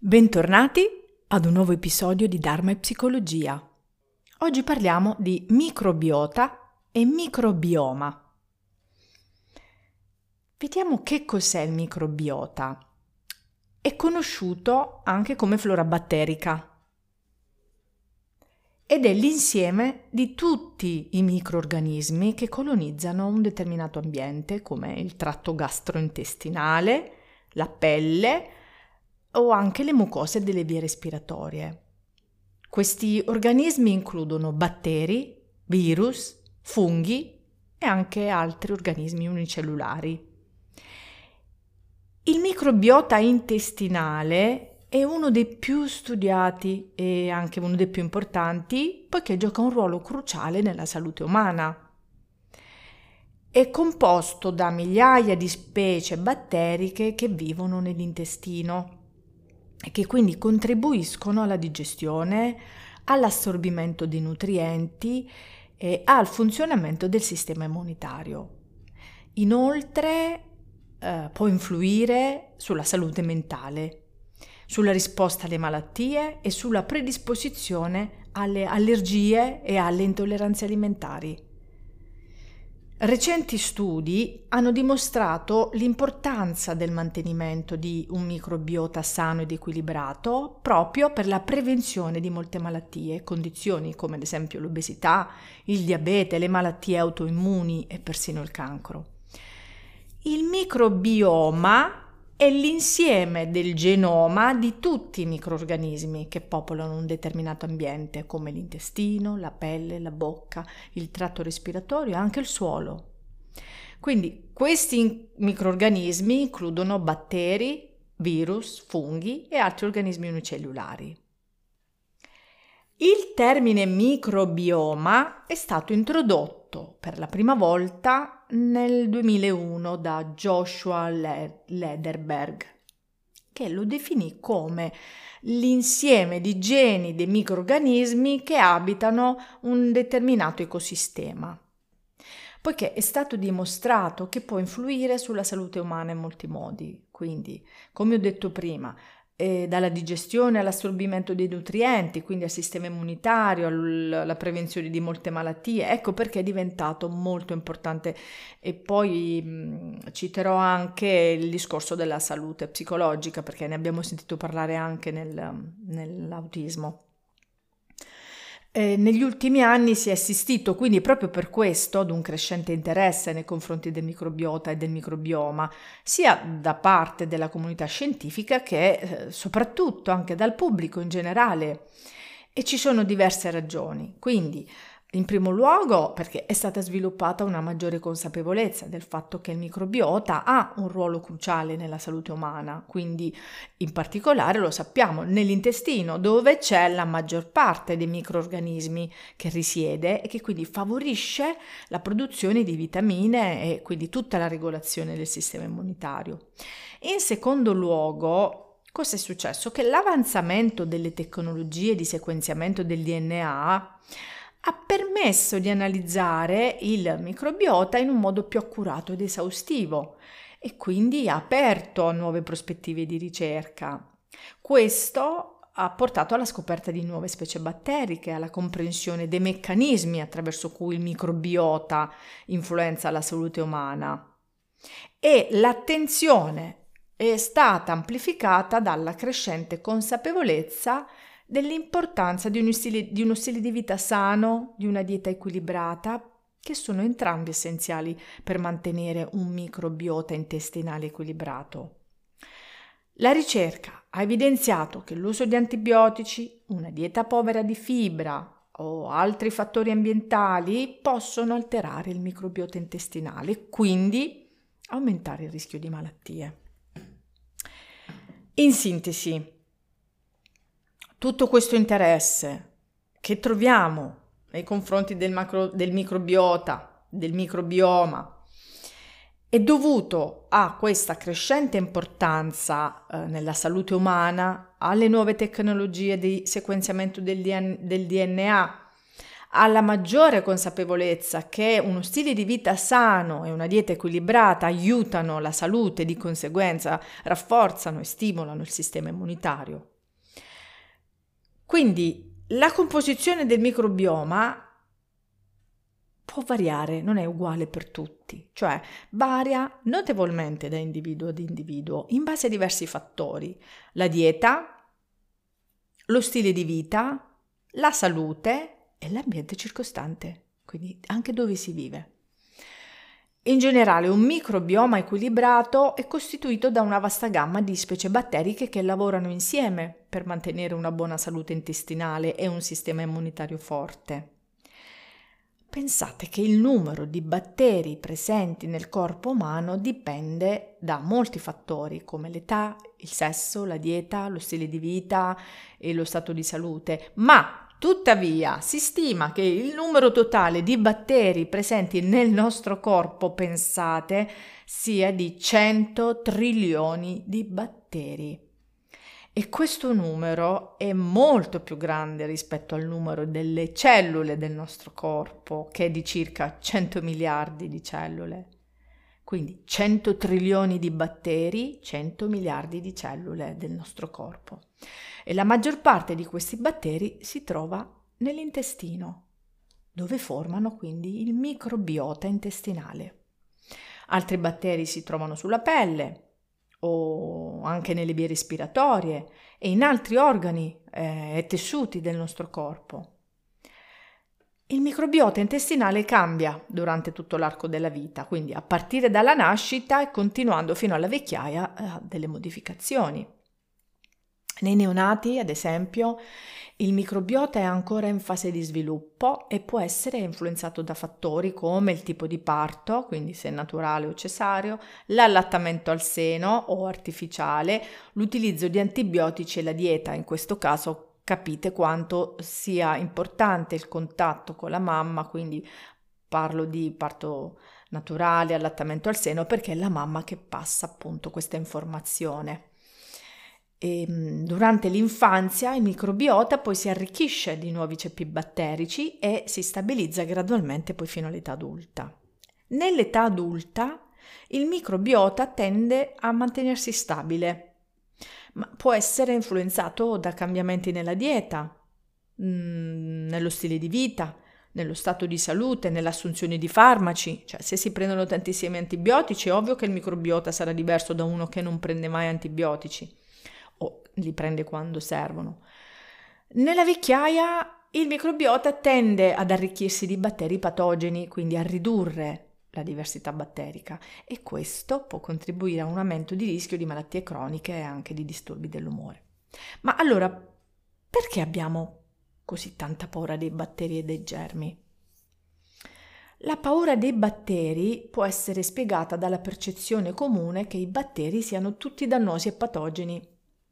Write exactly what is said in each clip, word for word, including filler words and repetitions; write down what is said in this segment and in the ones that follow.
Bentornati ad un nuovo episodio di Dharma e Psicologia. Oggi parliamo di microbiota e microbioma. Vediamo che cos'è il microbiota. È conosciuto anche come flora batterica ed è l'insieme di tutti i microrganismi che colonizzano un determinato ambiente, come il tratto gastrointestinale, la pelle o anche le mucose delle vie respiratorie. Questi organismi includono batteri, virus, funghi e anche altri organismi unicellulari. Il microbiota intestinale è uno dei più studiati e anche uno dei più importanti, poiché gioca un ruolo cruciale nella salute umana. È composto da migliaia di specie batteriche che vivono nell'intestino e che quindi contribuiscono alla digestione, all'assorbimento di nutrienti e al funzionamento del sistema immunitario. Inoltre eh, può influire sulla salute mentale, sulla risposta alle malattie e sulla predisposizione alle allergie e alle intolleranze alimentari. Recenti studi hanno dimostrato l'importanza del mantenimento di un microbiota sano ed equilibrato proprio per la prevenzione di molte malattie, condizioni come ad esempio l'obesità, il diabete, le malattie autoimmuni e persino il cancro. Il microbioma è l'insieme del genoma di tutti i microrganismi che popolano un determinato ambiente, come l'intestino, la pelle, la bocca, il tratto respiratorio e anche il suolo. Quindi questi microrganismi includono batteri, virus, funghi e altri organismi unicellulari. Il termine microbioma è stato introdotto per la prima volta nel duemilauno da Joshua Lederberg, che lo definì come l'insieme di geni dei microrganismi che abitano un determinato ecosistema, poiché è stato dimostrato che può influire sulla salute umana in molti modi. Quindi, come ho detto prima, eh, dalla digestione all'assorbimento dei nutrienti, quindi al sistema immunitario, alla prevenzione di molte malattie. Ecco perché è diventato molto importante. E poi mh, citerò anche il discorso della salute psicologica, perché ne abbiamo sentito parlare anche nel, nell'autismo. Eh, negli ultimi anni si è assistito quindi proprio per questo ad un crescente interesse nei confronti del microbiota e del microbioma, sia da parte della comunità scientifica che eh, soprattutto anche dal pubblico in generale. E ci sono diverse ragioni. Quindi, in primo luogo, perché è stata sviluppata una maggiore consapevolezza del fatto che il microbiota ha un ruolo cruciale nella salute umana, quindi in particolare lo sappiamo nell'intestino, dove c'è la maggior parte dei microrganismi che risiede e che quindi favorisce la produzione di vitamine e quindi tutta la regolazione del sistema immunitario. In secondo luogo, cosa è successo? Che l'avanzamento delle tecnologie di sequenziamento del D N A ha permesso di analizzare il microbiota in un modo più accurato ed esaustivo e quindi ha aperto a nuove prospettive di ricerca. Questo ha portato alla scoperta di nuove specie batteriche, alla comprensione dei meccanismi attraverso cui il microbiota influenza la salute umana e l'attenzione è stata amplificata dalla crescente consapevolezza dell'importanza di uno stile, di uno stile di vita sano, di una dieta equilibrata, che sono entrambi essenziali per mantenere un microbiota intestinale equilibrato. La ricerca ha evidenziato che l'uso di antibiotici, una dieta povera di fibra o altri fattori ambientali possono alterare il microbiota intestinale e quindi aumentare il rischio di malattie. In sintesi, tutto questo interesse che troviamo nei confronti del, macro, del microbiota, del microbioma, è dovuto a questa crescente importanza eh, nella salute umana, alle nuove tecnologie di sequenziamento del, D N, del D N A, alla maggiore consapevolezza che uno stile di vita sano e una dieta equilibrata aiutano la salute e di conseguenza rafforzano e stimolano il sistema immunitario. Quindi la composizione del microbioma può variare, non è uguale per tutti, cioè varia notevolmente da individuo ad individuo in base a diversi fattori: la dieta, lo stile di vita, la salute e l'ambiente circostante, quindi anche dove si vive. In generale, un microbioma equilibrato è costituito da una vasta gamma di specie batteriche che lavorano insieme per mantenere una buona salute intestinale e un sistema immunitario forte. Pensate che il numero di batteri presenti nel corpo umano dipende da molti fattori come l'età, il sesso, la dieta, lo stile di vita e lo stato di salute, ma tuttavia si stima che il numero totale di batteri presenti nel nostro corpo, pensate, sia di cento trilioni di batteri. E questo numero è molto più grande rispetto al numero delle cellule del nostro corpo, che è di circa cento miliardi di cellule. Quindi cento trilioni di batteri, cento miliardi di cellule del nostro corpo. E la maggior parte di questi batteri si trova nell'intestino, dove formano quindi il microbiota intestinale. Altri batteri si trovano sulla pelle, o anche nelle vie respiratorie e in altri organi eh, e tessuti del nostro corpo. Il microbiota intestinale cambia durante tutto l'arco della vita, quindi a partire dalla nascita e continuando fino alla vecchiaia ha eh, delle modificazioni. Nei neonati, ad esempio, il microbiota è ancora in fase di sviluppo e può essere influenzato da fattori come il tipo di parto, quindi se naturale o cesareo, l'allattamento al seno o artificiale, l'utilizzo di antibiotici e la dieta. In questo caso capite quanto sia importante il contatto con la mamma, quindi parlo di parto naturale, allattamento al seno, perché è la mamma che passa appunto questa informazione. E durante l'infanzia il microbiota poi si arricchisce di nuovi ceppi batterici e si stabilizza gradualmente poi fino all'età adulta. Nell'età adulta il microbiota tende a mantenersi stabile, ma può essere influenzato da cambiamenti nella dieta, mh, nello stile di vita, nello stato di salute, nell'assunzione di farmaci. Cioè, se si prendono tantissimi antibiotici è ovvio che il microbiota sarà diverso da uno che non prende mai antibiotici o li prende quando servono. Nella vecchiaia il microbiota tende ad arricchirsi di batteri patogeni, quindi a ridurre la diversità batterica, e questo può contribuire a un aumento di rischio di malattie croniche e anche di disturbi dell'umore. Ma allora, perché abbiamo così tanta paura dei batteri e dei germi? La paura dei batteri può essere spiegata dalla percezione comune che i batteri siano tutti dannosi e patogeni.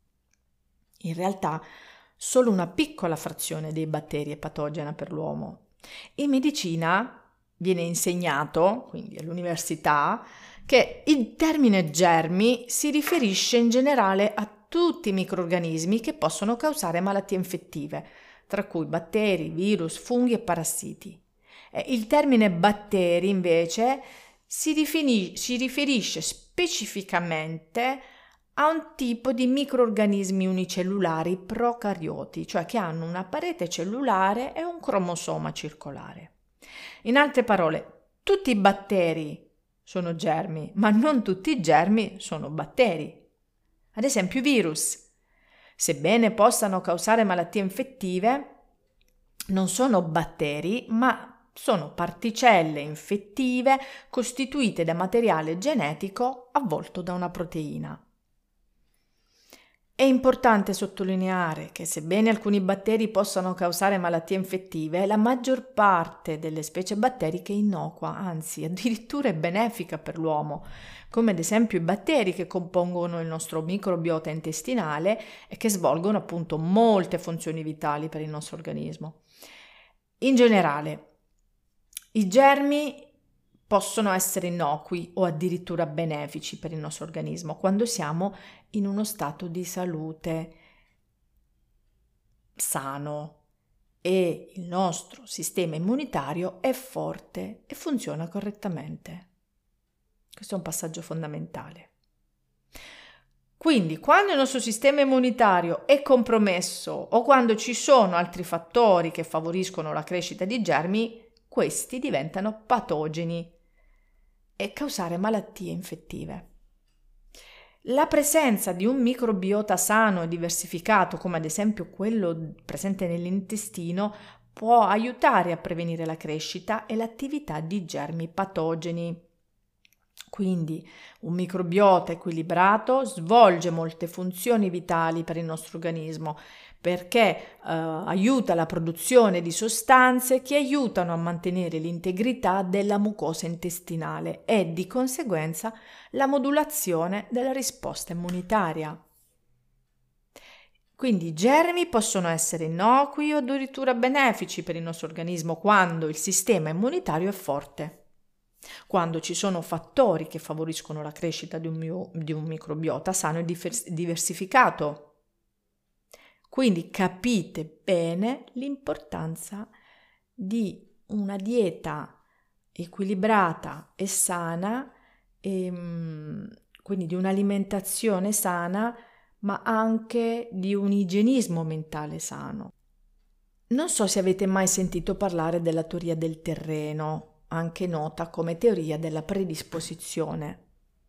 In realtà solo una piccola frazione dei batteri è patogena per l'uomo. In medicina viene insegnato, quindi all'università, che il termine germi si riferisce in generale a tutti i microrganismi che possono causare malattie infettive, tra cui batteri, virus, funghi e parassiti. Il termine batteri invece si, rifini- si riferisce specificamente a un tipo di microrganismi unicellulari procarioti, cioè che hanno una parete cellulare e un cromosoma circolare. In altre parole, tutti i batteri sono germi, ma non tutti i germi sono batteri. Ad esempio i virus, sebbene possano causare malattie infettive, non sono batteri, ma sono particelle infettive costituite da materiale genetico avvolto da una proteina. È importante sottolineare che sebbene alcuni batteri possano causare malattie infettive, la maggior parte delle specie batteriche è innocua, anzi addirittura è benefica per l'uomo, come ad esempio i batteri che compongono il nostro microbiota intestinale e che svolgono appunto molte funzioni vitali per il nostro organismo. In generale, i germi possono essere innocui o addirittura benefici per il nostro organismo quando siamo in uno stato di salute sano e il nostro sistema immunitario è forte e funziona correttamente. Questo è un passaggio fondamentale. Quindi, quando il nostro sistema immunitario è compromesso o quando ci sono altri fattori che favoriscono la crescita di germi, questi diventano patogeni e causare malattie infettive. La presenza di un microbiota sano e diversificato, come ad esempio quello presente nell'intestino, può aiutare a prevenire la crescita e l'attività di germi patogeni. Quindi un microbiota equilibrato svolge molte funzioni vitali per il nostro organismo perché eh, aiuta la produzione di sostanze che aiutano a mantenere l'integrità della mucosa intestinale e di conseguenza la modulazione della risposta immunitaria. Quindi i germi possono essere innocui o addirittura benefici per il nostro organismo quando il sistema immunitario è forte. Quando ci sono fattori che favoriscono la crescita di un, mio, di un microbiota sano e diversificato. Quindi capite bene l'importanza di una dieta equilibrata e sana, e, quindi di un'alimentazione sana, ma anche di un igienismo mentale sano. Non so se avete mai sentito parlare della teoria del terreno, anche nota come teoria della predisposizione.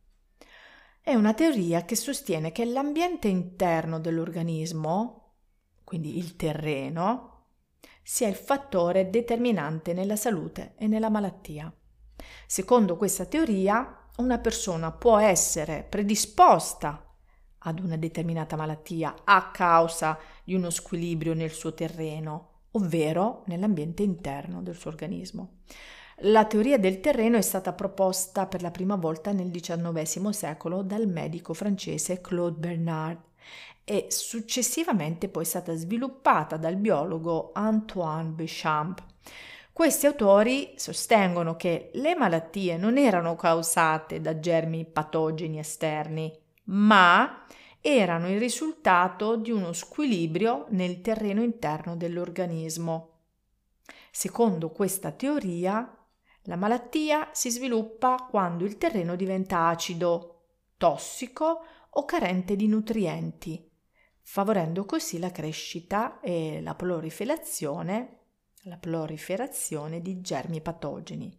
È una teoria che sostiene che l'ambiente interno dell'organismo, quindi il terreno, sia il fattore determinante nella salute e nella malattia. Secondo questa teoria, una persona può essere predisposta ad una determinata malattia a causa di uno squilibrio nel suo terreno, ovvero nell'ambiente interno del suo organismo. La teoria del terreno è stata proposta per la prima volta nel diciannovesimo secolo dal medico francese Claude Bernard e successivamente poi è stata sviluppata dal biologo Antoine Béchamp. Questi autori sostengono che le malattie non erano causate da germi patogeni esterni, ma erano il risultato di uno squilibrio nel terreno interno dell'organismo. Secondo questa teoria, la malattia si sviluppa quando il terreno diventa acido, tossico o carente di nutrienti, favorendo così la crescita e la proliferazione, la proliferazione di germi patogeni.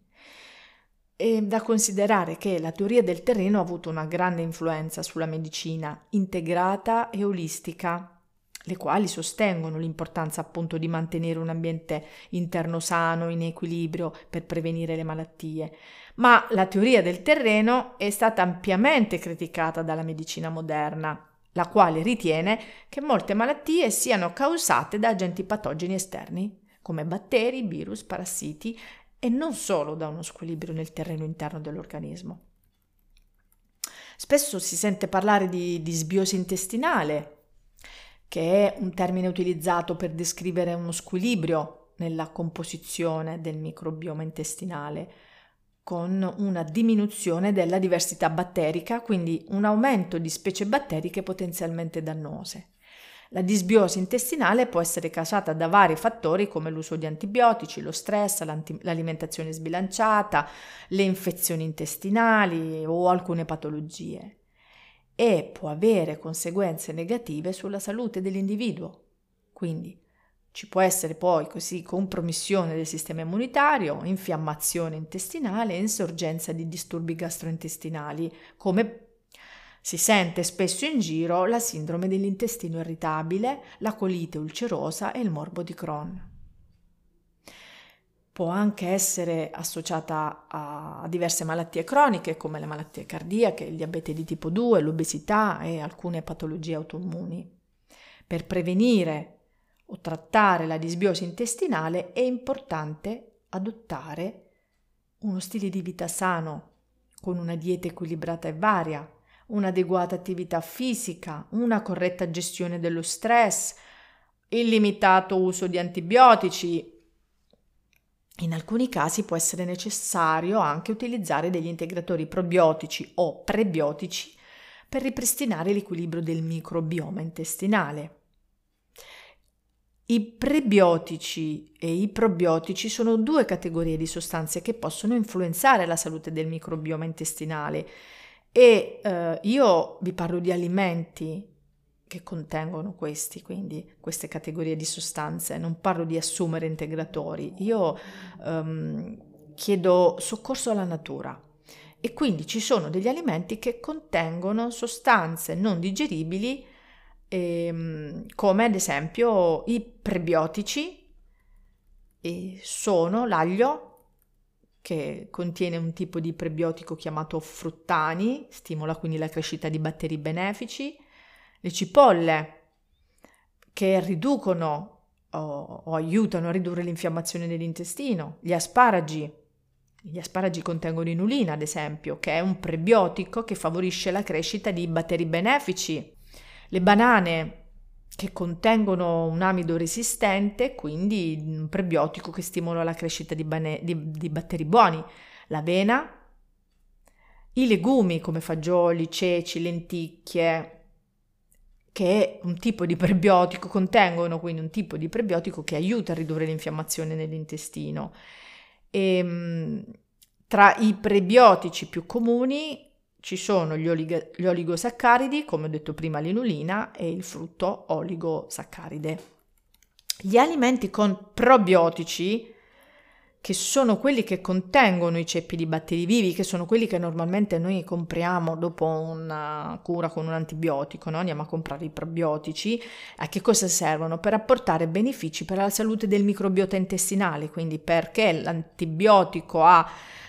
È da considerare che la teoria del terreno ha avuto una grande influenza sulla medicina integrata e olistica, le quali sostengono l'importanza appunto di mantenere un ambiente interno sano, in equilibrio per prevenire le malattie. Ma la teoria del terreno è stata ampiamente criticata dalla medicina moderna, la quale ritiene che molte malattie siano causate da agenti patogeni esterni, come batteri, virus, parassiti, e non solo da uno squilibrio nel terreno interno dell'organismo. Spesso si sente parlare di disbiosi intestinale, che è un termine utilizzato per descrivere uno squilibrio nella composizione del microbioma intestinale, con una diminuzione della diversità batterica, quindi un aumento di specie batteriche potenzialmente dannose. La disbiosi intestinale può essere causata da vari fattori come l'uso di antibiotici, lo stress, l'alimentazione sbilanciata, le infezioni intestinali o alcune patologie e può avere conseguenze negative sulla salute dell'individuo. Quindi ci può essere poi così compromissione del sistema immunitario, infiammazione intestinale e insorgenza di disturbi gastrointestinali, come si sente spesso in giro la sindrome dell'intestino irritabile, la colite ulcerosa e il morbo di Crohn. Può anche essere associata a diverse malattie croniche come le malattie cardiache, il diabete di tipo due, l'obesità e alcune patologie autoimmuni. Per prevenire o trattare la disbiosi intestinale è importante adottare uno stile di vita sano, con una dieta equilibrata e varia, un'adeguata attività fisica, una corretta gestione dello stress, il limitato uso di antibiotici. In alcuni casi può essere necessario anche utilizzare degli integratori probiotici o prebiotici per ripristinare l'equilibrio del microbioma intestinale. I prebiotici e i probiotici sono due categorie di sostanze che possono influenzare la salute del microbioma intestinale E eh, io vi parlo di alimenti che contengono questi, quindi queste categorie di sostanze, non parlo di assumere integratori, io ehm, chiedo soccorso alla natura e quindi ci sono degli alimenti che contengono sostanze non digeribili, ehm, come ad esempio i prebiotici, e sono l'aglio, che contiene un tipo di prebiotico chiamato fruttani, stimola quindi la crescita di batteri benefici, le cipolle, che riducono o, o aiutano a ridurre l'infiammazione dell'intestino, gli asparagi. Gli asparagi contengono inulina, ad esempio, che è un prebiotico che favorisce la crescita di batteri benefici. Le banane, che contengono un amido resistente, quindi un prebiotico che stimola la crescita di, bane- di, di batteri buoni. L'avena, i legumi come fagioli, ceci, lenticchie, che è un tipo di prebiotico, contengono quindi un tipo di prebiotico che aiuta a ridurre l'infiammazione nell'intestino. E, tra i prebiotici più comuni ci sono gli, oliga- gli oligosaccaridi, come ho detto prima l'inulina, e il frutto oligosaccaride. Gli alimenti con probiotici, che sono quelli che contengono i ceppi di batteri vivi, che sono quelli che normalmente noi compriamo dopo una cura con un antibiotico, no? Andiamo a comprare i probiotici. A che cosa servono? Per apportare benefici per la salute del microbiota intestinale, quindi perché l'antibiotico ha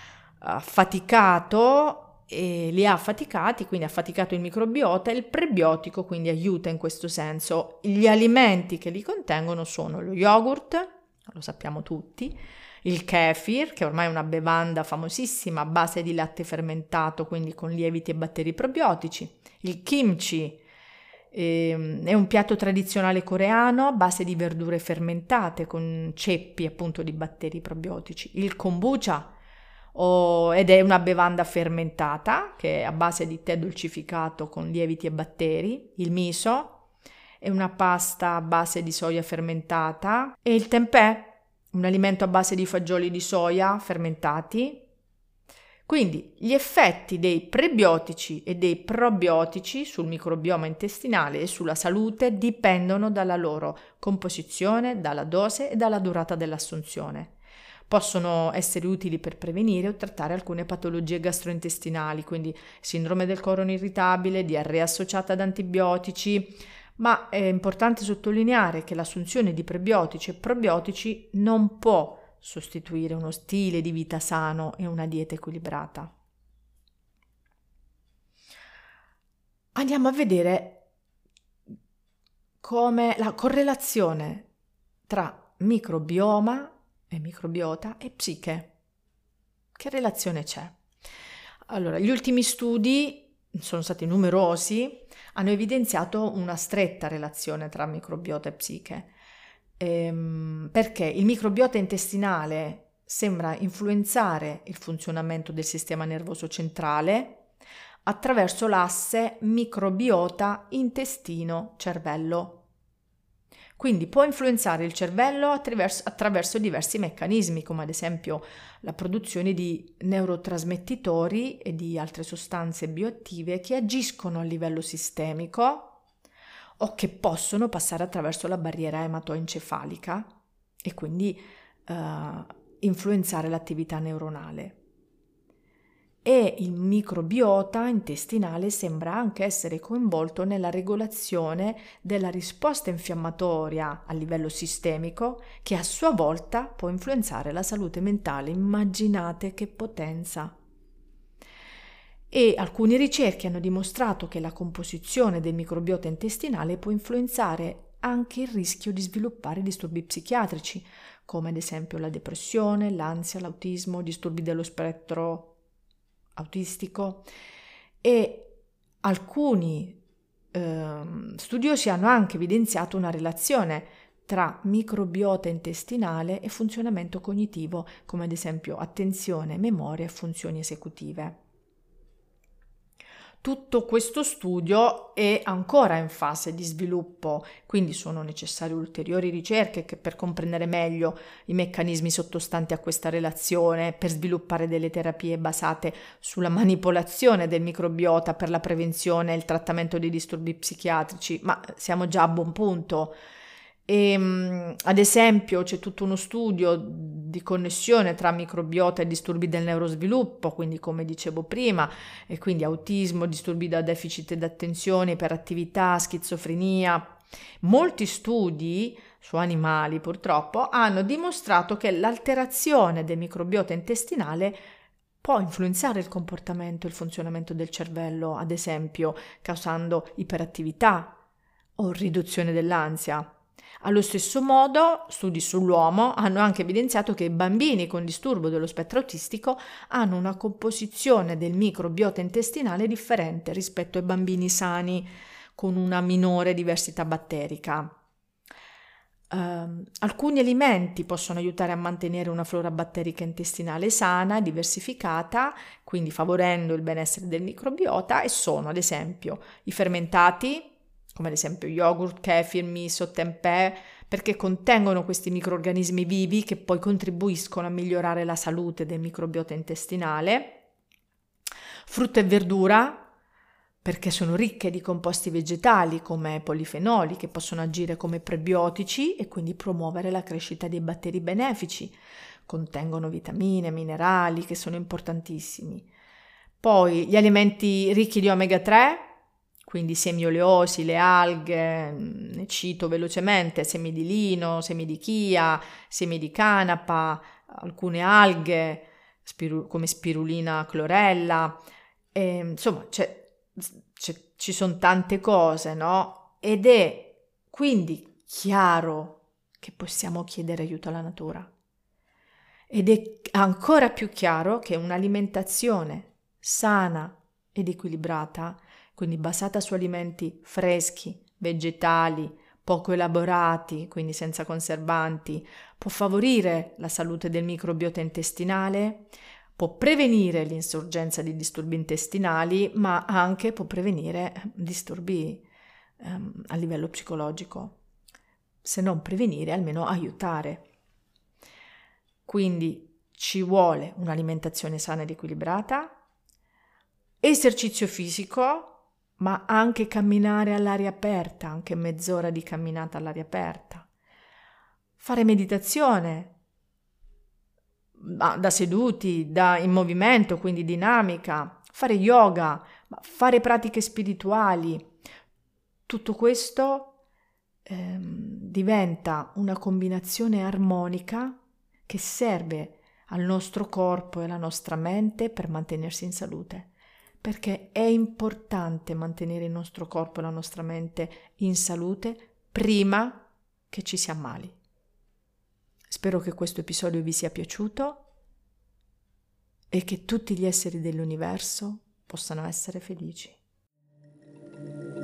faticato e li ha affaticati, quindi ha faticato il microbiota, e il prebiotico quindi aiuta in questo senso. Gli alimenti che li contengono sono lo yogurt, lo sappiamo tutti, il kefir, che ormai è una bevanda famosissima a base di latte fermentato, quindi con lieviti e batteri probiotici, il kimchi, ehm, è un piatto tradizionale coreano a base di verdure fermentate con ceppi appunto di batteri probiotici, il kombucha, o, ed è una bevanda fermentata che è a base di tè dolcificato con lieviti e batteri, il miso è una pasta a base di soia fermentata, e il tempeh, un alimento a base di fagioli di soia fermentati. Quindi gli effetti dei prebiotici e dei probiotici sul microbioma intestinale e sulla salute dipendono dalla loro composizione, dalla dose e dalla durata dell'assunzione. Possono essere utili per prevenire o trattare alcune patologie gastrointestinali, quindi sindrome del colon irritabile, diarrea associata ad antibiotici, ma è importante sottolineare che l'assunzione di prebiotici e probiotici non può sostituire uno stile di vita sano e una dieta equilibrata. Andiamo a vedere come la correlazione tra microbioma e microbiota e psiche. Che relazione c'è? Allora, gli ultimi studi, sono stati numerosi, hanno evidenziato una stretta relazione tra microbiota e psiche, ehm, perché il microbiota intestinale sembra influenzare il funzionamento del sistema nervoso centrale attraverso l'asse microbiota intestino-cervello. Quindi può influenzare il cervello attraverso, attraverso diversi meccanismi, come ad esempio la produzione di neurotrasmettitori e di altre sostanze bioattive che agiscono a livello sistemico o che possono passare attraverso la barriera ematoencefalica e quindi eh, influenzare l'attività neuronale. E il microbiota intestinale sembra anche essere coinvolto nella regolazione della risposta infiammatoria a livello sistemico, che a sua volta può influenzare la salute mentale. Immaginate che potenza! E alcune ricerche hanno dimostrato che la composizione del microbiota intestinale può influenzare anche il rischio di sviluppare disturbi psichiatrici, come ad esempio la depressione, l'ansia, l'autismo, disturbi dello spettro autistico, e alcuni eh, studiosi hanno anche evidenziato una relazione tra microbiota intestinale e funzionamento cognitivo, come ad esempio attenzione, memoria e funzioni esecutive. tutto questo studio è ancora in fase di sviluppo, quindi sono necessarie ulteriori ricerche che per comprendere meglio i meccanismi sottostanti a questa relazione, per sviluppare delle terapie basate sulla manipolazione del microbiota per la prevenzione e il trattamento dei disturbi psichiatrici, ma siamo già a buon punto. E, ad esempio c'è tutto uno studio di connessione tra microbiota e disturbi del neurosviluppo, quindi come dicevo prima, e quindi autismo, disturbi da deficit d'attenzione, iperattività, schizofrenia. Molti studi su animali purtroppo hanno dimostrato che l'alterazione del microbiota intestinale può influenzare il comportamento e il funzionamento del cervello, ad esempio causando iperattività o riduzione dell'ansia. Allo stesso modo, studi sull'uomo hanno anche evidenziato che i bambini con disturbo dello spettro autistico hanno una composizione del microbiota intestinale differente rispetto ai bambini sani con una minore diversità batterica. Uh, alcuni alimenti possono aiutare a mantenere una flora batterica intestinale sana e diversificata, quindi favorendo il benessere del microbiota, e sono ad esempio i fermentati, come ad esempio yogurt, kefir, miso, tempeh, perché contengono questi microrganismi vivi che poi contribuiscono a migliorare la salute del microbiota intestinale. Frutta e verdura, perché sono ricche di composti vegetali come polifenoli che possono agire come prebiotici e quindi promuovere la crescita dei batteri benefici. Contengono vitamine, minerali che sono importantissimi. Poi gli alimenti ricchi di omega tre, quindi semi oleosi, le alghe, ne cito velocemente, semi di lino, semi di chia, semi di canapa, alcune alghe spiru- come spirulina, chlorella, e, insomma c'è, c'è, ci sono tante cose, no? Ed è quindi chiaro che possiamo chiedere aiuto alla natura. Ed è ancora più chiaro che un'alimentazione sana ed equilibrata, quindi basata su alimenti freschi, vegetali, poco elaborati, quindi senza conservanti, può favorire la salute del microbiota intestinale, può prevenire l'insorgenza di disturbi intestinali, ma anche può prevenire disturbi ehm, a livello psicologico. Se non prevenire, almeno aiutare. Quindi ci vuole un'alimentazione sana ed equilibrata, esercizio fisico, ma anche camminare all'aria aperta, anche mezz'ora di camminata all'aria aperta. Fare meditazione, da seduti, da in movimento, quindi dinamica, fare yoga, fare pratiche spirituali. Tutto questo ehm, diventa una combinazione armonica che serve al nostro corpo e alla nostra mente per mantenersi in salute. Perché è importante mantenere il nostro corpo e la nostra mente in salute prima che ci si ammali. Spero che questo episodio vi sia piaciuto e che tutti gli esseri dell'universo possano essere felici.